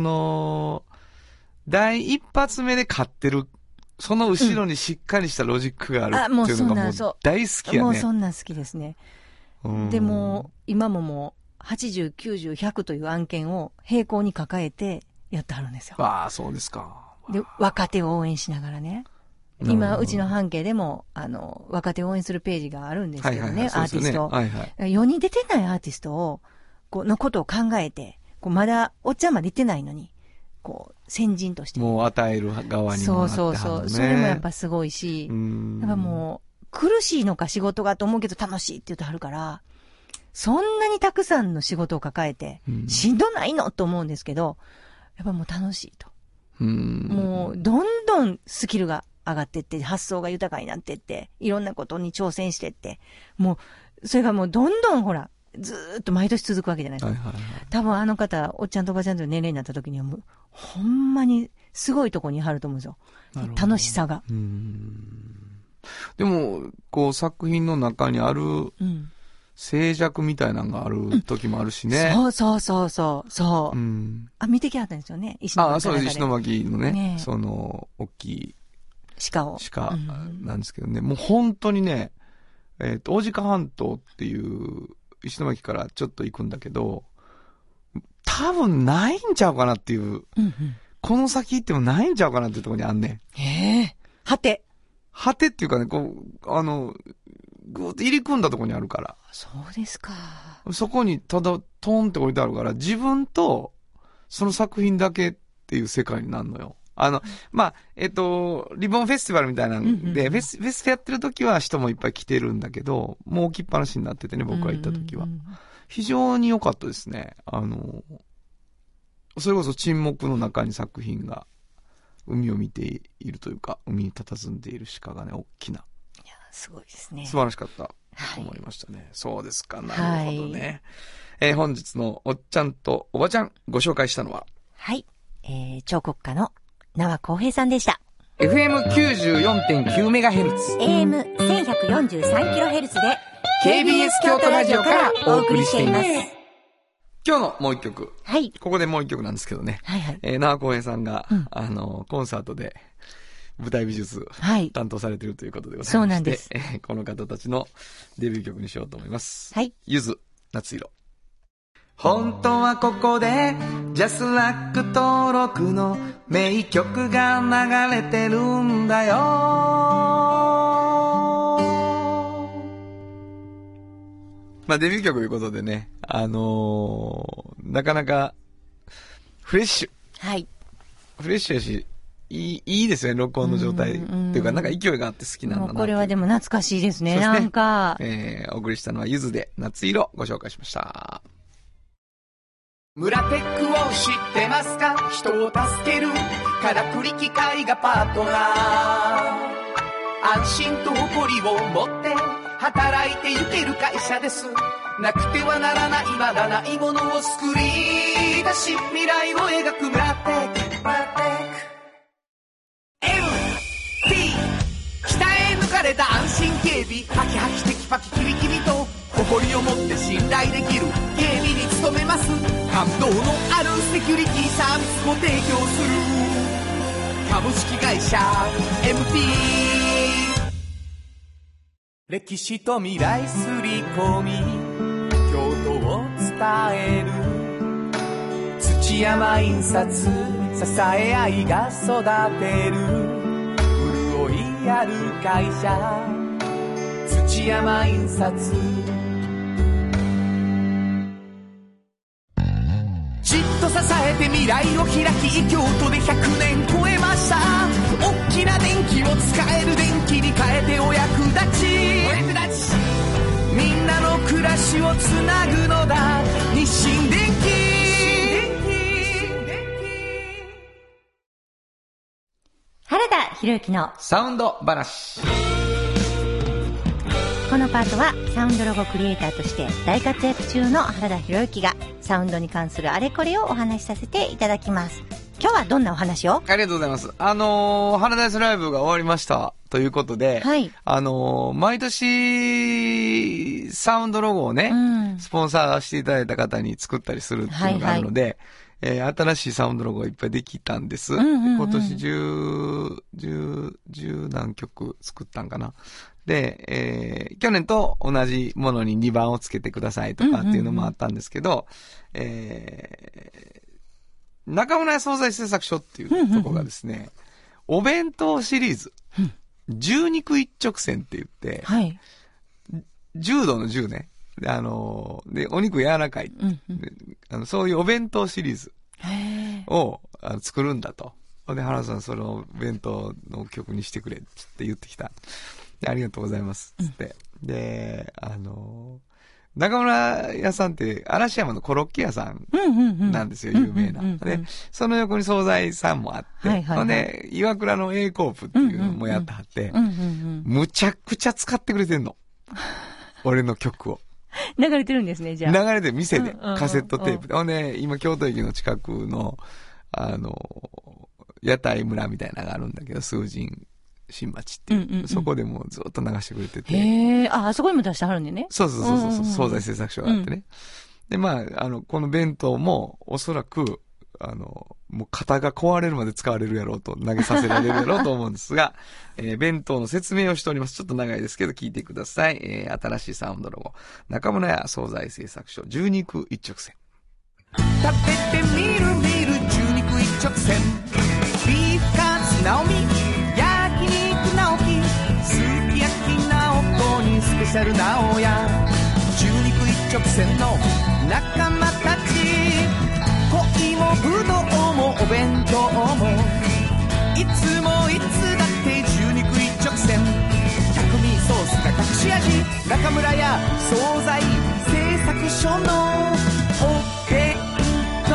第一発目で勝ってる、その後ろにしっかりしたロジックがあるっていうのがもう大好きやね。 もうそんなん好きですね。でも、今もう、80、90、100という案件を並行に抱えてやってはるんですよ。 ああ、そうですか。 で、若手を応援しながらね。今、うちの半径でも、若手を応援するページがあるんですけどね、アーティスト。世に出てないアーティストを、のことを考えて、まだ、おっちゃんまで行ってないのに、先人として。 もう与える側にもなってはるね。 そう。それもやっぱすごいし、やっぱもう、苦しいのか仕事がと思うけど楽しいって言うとはるから、そんなにたくさんの仕事を抱えて、しんどないのと思うんですけど、やっぱもう楽しいと。もう、どんどんスキルが上がってって、発想が豊かになってって、いろんなことに挑戦してって、もう、それがもうどんどんほら、ずーっと毎年続くわけじゃないですか。多分あの方、おっちゃんとおばちゃんという年齢になった時にはもう、ほんまにすごいとこにいはると思うんですよ。楽しさが。 でも、作品の中にある、静寂みたいなのがある時もあるしね。 そう。見てきはったんですよね。石巻。 そうです。石巻のね、大きい鹿なんですけどね。もう本当にね、大鹿半島っていう石巻からちょっと行くんだけど、多分ないんちゃうかなっていう、この先行ってもないんちゃうかなっていうところにあんねん。 果てっていうかね、ぐーっと入り組んだところにあるから。 そうですか。 そこにただトンって置いてあるから、自分とその作品だけっていう世界になるのよ。リボンフェスティバルみたいなんで、フェスやってる時は人もいっぱい来てるんだけど、もう置きっぱなしになっててね、僕が行った時は。非常に良かったですね。それこそ沈黙の中に作品が、海を見ているというか、海に佇んでいる鹿がね、大きな。 いや、すごいですね。 素晴らしかったと思いましたね。そうですか、なるほどね。本日のおっちゃんとおばちゃんご紹介したのは、 彫刻家の縄浩平さんでした。 FM94.9MHz。 AM1143kHz で、 KBS 京都ラジオからお送りしています。今日のもう一曲。ここでもう一曲なんですけどね。縄浩平さんが、コンサートで舞台美術担当されているということでございまして、そうなんです。この方たちのデビュー曲にしようと思います。ゆず、夏色。本当はここでジャスラック登録の名曲が流れてるんだよ。デビュー曲ということでね、なかなかフレッシュ。フレッシュやし、いいですね、録音の状態。っていうか、なんか勢いがあって好きなんだな。 これはでも懐かしいですね、なんか。 お送りしたのはゆずで夏色ご紹介しました。 村テックを知ってますか？人を助けるからくり機械がパートナー。安心と誇りを持って働いてゆける会社です。なくてはならないまだないものを作り出し未来を描く村テック。MT 鍛え抜かれた安心警備、ハキハキテキパキキビキビと誇りを持って信頼できる警備に努めます。感動のあるセキュリティサービスも提供する株式会社 MT。 歴史と未来すり込み京都を伝える土山印刷、支え合いが育てる潤いある会社土山印刷。じっと支えて未来を開き京都で100年超えました。大きな電気を使える電気に変えてお役立ち、みんなの暮らしをつなぐのだ日清電気。 原田博之のサウンド話。 このパートはサウンドロゴクリエイターとして大活躍中の原田博之がサウンドに関するあれこれをお話しさせていただきます。今日はどんなお話を？ ありがとうございます。ハラダイスライブが終わりましたということで、 はい、 毎年サウンドロゴをね、スポンサーしていただいた方に作ったりするっていうのがあるので、新しいサウンドロゴがいっぱいできたんです。今年10何曲作ったんかな。で、去年と同じものに2番をつけてくださいとかっていうのもあったんですけど、中村屋惣菜製作所っていうところがですね、お弁当シリーズ、10肉一直線って言って、 はい、 10度の10ね。で、お肉柔らかい、そういうお弁当シリーズを作るんだと。で、原さんその弁当の曲にしてくれって言ってきた。で、ありがとうございます。つって。で、中村屋さんって嵐山のコロッケ屋さんなんですよ、有名な。で、その横に惣菜さんもあって、で、岩倉の A コープっていうのもやってはって、むちゃくちゃ使ってくれてんの。俺の曲を。 流れてるんですね、じゃあ。 流れて店で、カセットテープで。ほんで、今京都駅の近くの、屋台村みたいなのがあるんだけど、数人新町っていう、そこでもずっと流してくれてて。 へえ、あそこにも出してはるんでね。 そうそうそうそう、惣菜製作所があってね。で、まあ、この弁当も、おそらく、もう型が壊れるまで使われるやろうと、投げさせられるやろうと思うんですが、弁当の説明をしております。ちょっと長いですけど、聞いてください。新しいサウンドロゴ。中村屋惣菜製作所、10肉一直線。 食べてみるみる10肉一直線。ビーフカツナオミ、焼肉直樹、すき焼き直子にスペシャル直哉。10肉一直線の仲間たち。恋もぶどうもお弁当もいつもいつだって10肉一直線。薬味ソースが隠し味。中村屋惣菜製作所のお弁当。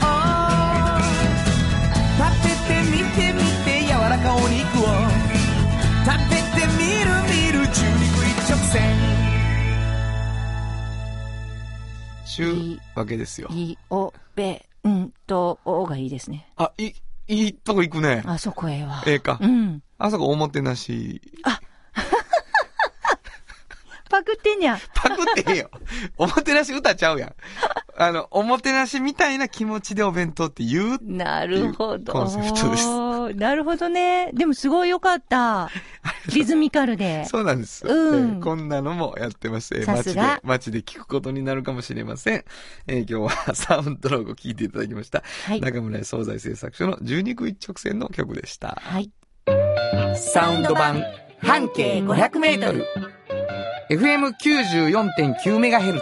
食べてみてみて柔らかお肉を食べてみるみる10肉一直線。 ちゅうわけですよ。 おがいいですね。 あ、いいとこ行くね。 あそこへは。 ええか。あそこおもてなし。 あパクってんや。 パクってんよ。おもてなし歌ちゃうやん。おもてなしみたいな気持ちでお弁当って言う。 なるほど。 コンセプトです。 なるほどね。でもすごい良かった。リズミカルで。 そうなんです。こんなのもやってます。街で聞くことになるかもしれません。今日はサウンドロゴ聞いていただきました。はい、中村屋惣菜製作所の10肉一直線の曲でした。 はい。 サウンド版半径500メートル。 FM94.9MHz。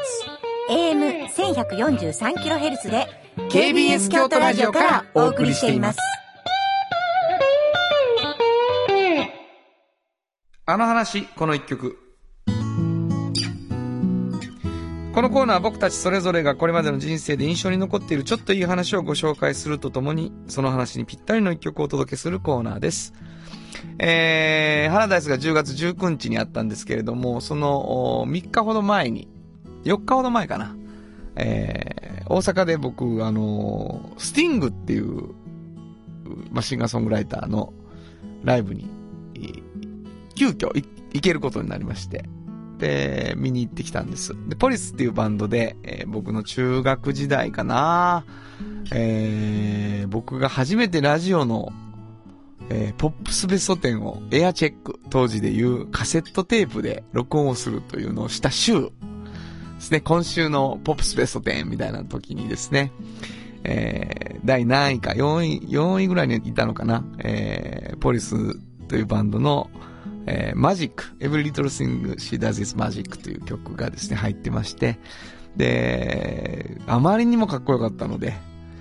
AM1143kHz で KBS 京都ラジオからお送りしています。 あの話、この一曲。このコーナーは僕たちそれぞれがこれまでの人生で印象に残っているちょっといい話をご紹介するとともに、その話にぴったりの一曲をお届けするコーナーです。ハラダイスが10月19日にあったんですけれども、その3日ほど前に、4日ほど前かな、大阪で僕、スティングっていうシンガーソングライターのライブに急遽行けることになりまして、 で、見に行ってきたんです。で、ポリスっていうバンドで、僕の中学時代かな、僕が初めてラジオの、ポップスベスト10をエアチェック、当時でいうカセットテープで録音をするというのをした週ですね。今週のポップスベスト10みたいな時にですね、第何位か、4位ぐらいにいたのかな、ポリスというバンドの、マジック、Every Little Thing She Does Is Magic という曲がですね、入ってまして、で、あまりにもかっこよかったので、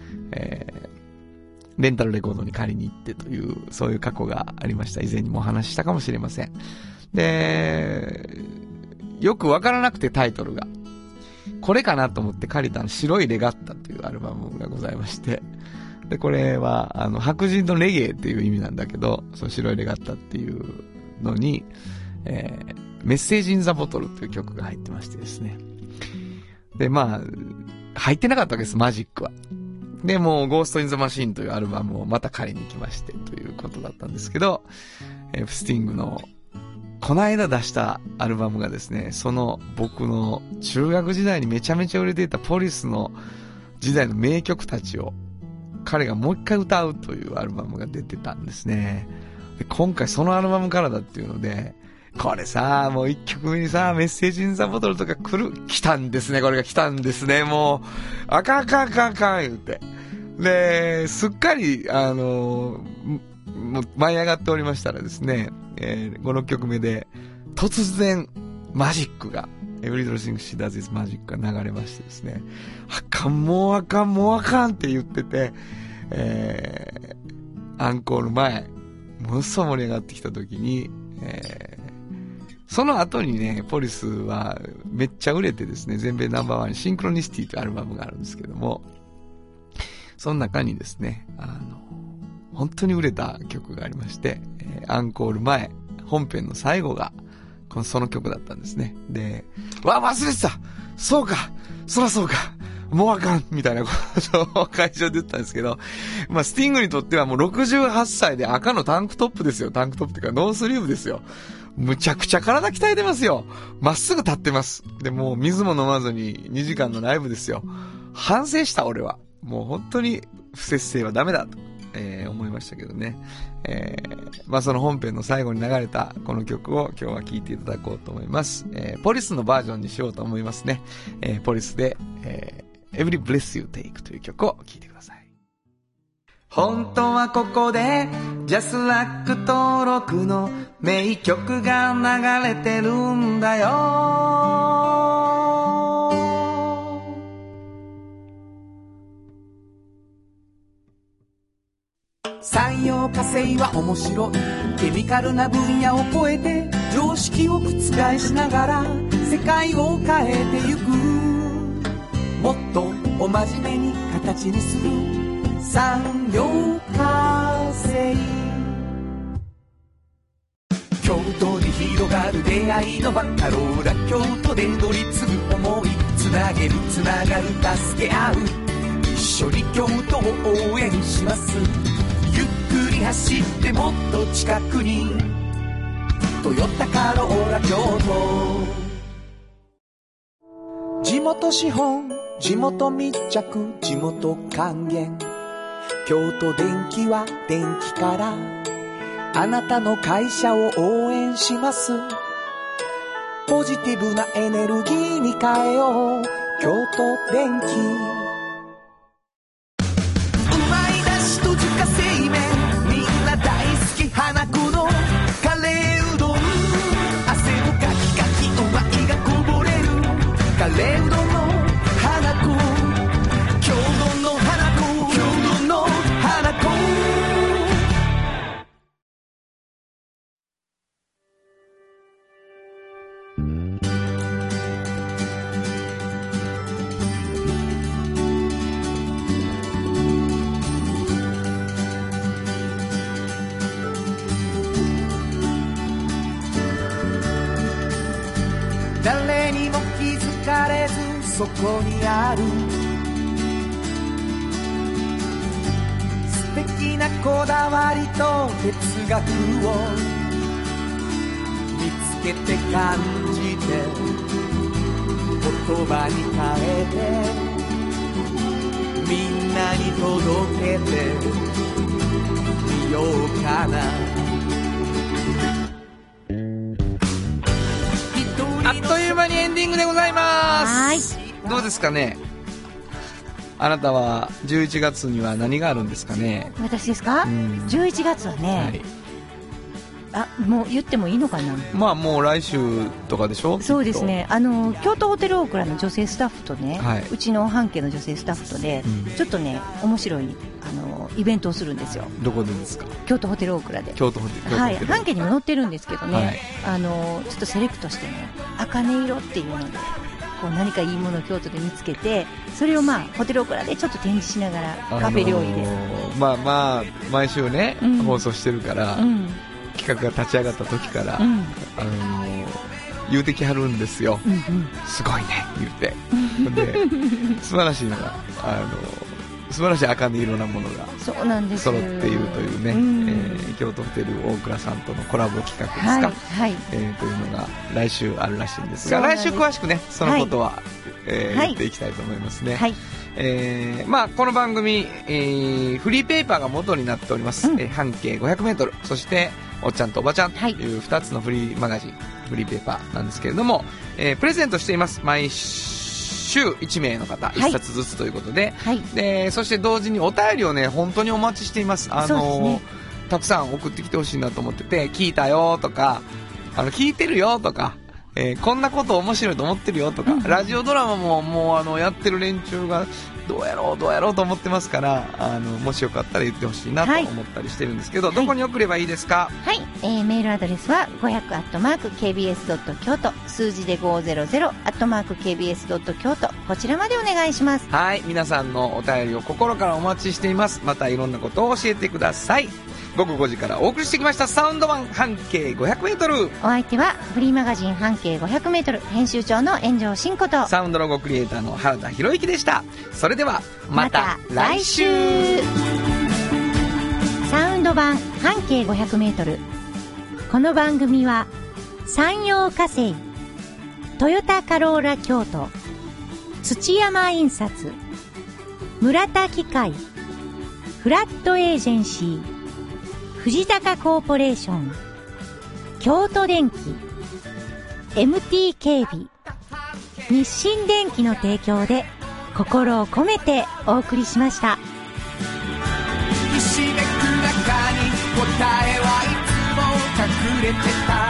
レンタルレコードに借りに行ってという、そういう過去がありました。以前にもお話ししたかもしれません。で、よくわからなくてタイトルが。これかなと思って借りたの、白いレガッタというアルバムがございまして。で、これは、白人のレゲエっていう意味なんだけど、その白いレガッタっていうのに、メッセージインザボトルという曲が入ってましてですね。で、まあ、入ってなかったわけです、マジックは。で、もう、ゴーストインザマシーンというアルバムをまた借りに行きまして、ということだったんですけど、スティングの、この間出したアルバムがですね、その僕の中学時代にめちゃめちゃ売れていたポリスの時代の名曲たちを彼がもう一回歌うというアルバムが出てたんですね。で、今回そのアルバムからだっていうので、これさ、もう一曲目にさ、メッセージインザボトルとか来たんですね。これが来たんですね。もう、あかん言って。で、すっかり、もう舞い上がっておりましたらですね、5、6曲目で、突然、マジックが、Every Little Thing She Does Is Magic が流れましてですね、もうあかんって言ってて、アンコール前、ものすごい盛り上がってきた時に、その後にね、ポリスはめっちゃ売れてですね、全米ナンバーワンにシンクロニシティというアルバムがあるんですけども、その中にですね、本当に売れた曲がありまして、アンコール前、本編の最後が、その曲だったんですね。で、忘れてた、そうか、そらそうか、もうあかんみたいなことを会場で言ったんですけど、まあ、スティングにとってはもう68歳で赤のタンクトップですよ。タンクトップっていうかノースリーブですよ。むちゃくちゃ体鍛えてますよ。まっすぐ立ってます。で、もう水も飲まずに2時間のライブですよ。反省した俺は。もう本当に不節制はダメだと、思いましたけどね。まあその本編の最後に流れたこの曲を今日は聴いていただこうと思います。ポリスのバージョンにしようと思いますね。ポリスで、Every Breath You Take という曲を聴いてください。本当はここでジャスラック登録の名曲が流れてるんだよ。 産業化成は面白い。ケミカルな分野を超えて常識を覆しながら世界を変えてゆく。もっとお真面目に形にする産業化成。京都に広がる出会いの場、カローラ京都で乗り継ぐ思い、つなげるつながる助け合う、一緒に京都を応援します。ゆっくり走ってもっと近くに、トヨタカローラ京都。地元資本、地元密着、地元還元。京都電気は電気から、あなたの会社を応援します。ポジティブなエネルギーに変えよう、京都電気。花子のカレーうどん、汗をかきかきうまいがこぼれるカレーうどんの花子、京都の花子、京都の花子。誰にも気づかれずそこにある素敵なこだわりと哲学を見つけて感じて言葉に変えてみんなに届けてみようかな。 あっという間にエンディングでございます。 はい。 どうですかね。あなたは11月には何があるんですかね。 私ですか、11月はね、はい、もう言ってもいいのかな。 まあもう来週とかでしょ。 そうですね。京都ホテルオークラの女性スタッフとね、はい、うちの半径の女性スタッフとで、ちょっとね面白いイベントをするんですよ。 どこでですか。 京都ホテルオークラで。 京都ホテル。 はい。半径にも載ってるんですけどね、はい、ちょっとセレクトしてね、茜色っていうのでこう何かいいものを京都で見つけて、それをまあホテルオークラでちょっと展示しながらカフェ料理で、 まあ毎週ね、放送してるから、企画が立ち上がった時から、言うてきはるんですよ、すごいね言ってで素晴らしいのが素晴らしい茜色なものがそうなんです揃っているというね、京都ホテル大倉さんとのコラボ企画ですか、 はい、 というのが来週あるらしいんですが、来週詳しくねそのことは、言っていきたいと思いますね。はい、まあ、この番組、フリーペーパーが元になっております、半径 500m そしておっちゃんとおばちゃんという2つのフリーマガジン、フリーペーパーなんですけれども、プレゼントしています。毎週1名の方1冊ずつということで、でそして同時にお便りをね本当にお待ちしています。たくさん送ってきてほしいなと思ってて、聞いたよとか聞いてるよとか、こんなこと面白いと思ってるよとか、ラジオドラマももうやってる連中がどうやろうと思ってますから、もしよかったら言ってほしいなと思ったりしてるんですけど、どこに送ればいいですか。 はい、メールアドレスは 500@kbs.kyoto 数字で 500@kbs.kyoto こちらまでお願いします。 はい、皆さんのお便りを心からお待ちしています。またいろんなことを教えてください。午後5時からお送りしてきましたサウンド版半径 500m。 お相手はフリーマガジン半径 500m 編集長の炎上真子とサウンドロゴクリエイターの原田博之でした。それではまた来週。 サウンド版半径 500m。 この番組は山陽火星、トヨタカローラ京都、土山印刷、村田機械、フラットエージェンシー、藤高コーポレーション、京都電機、MT 警備、日清電機の提供で心を込めてお送りしました。 ひしめく中に答えはいつも隠れてた。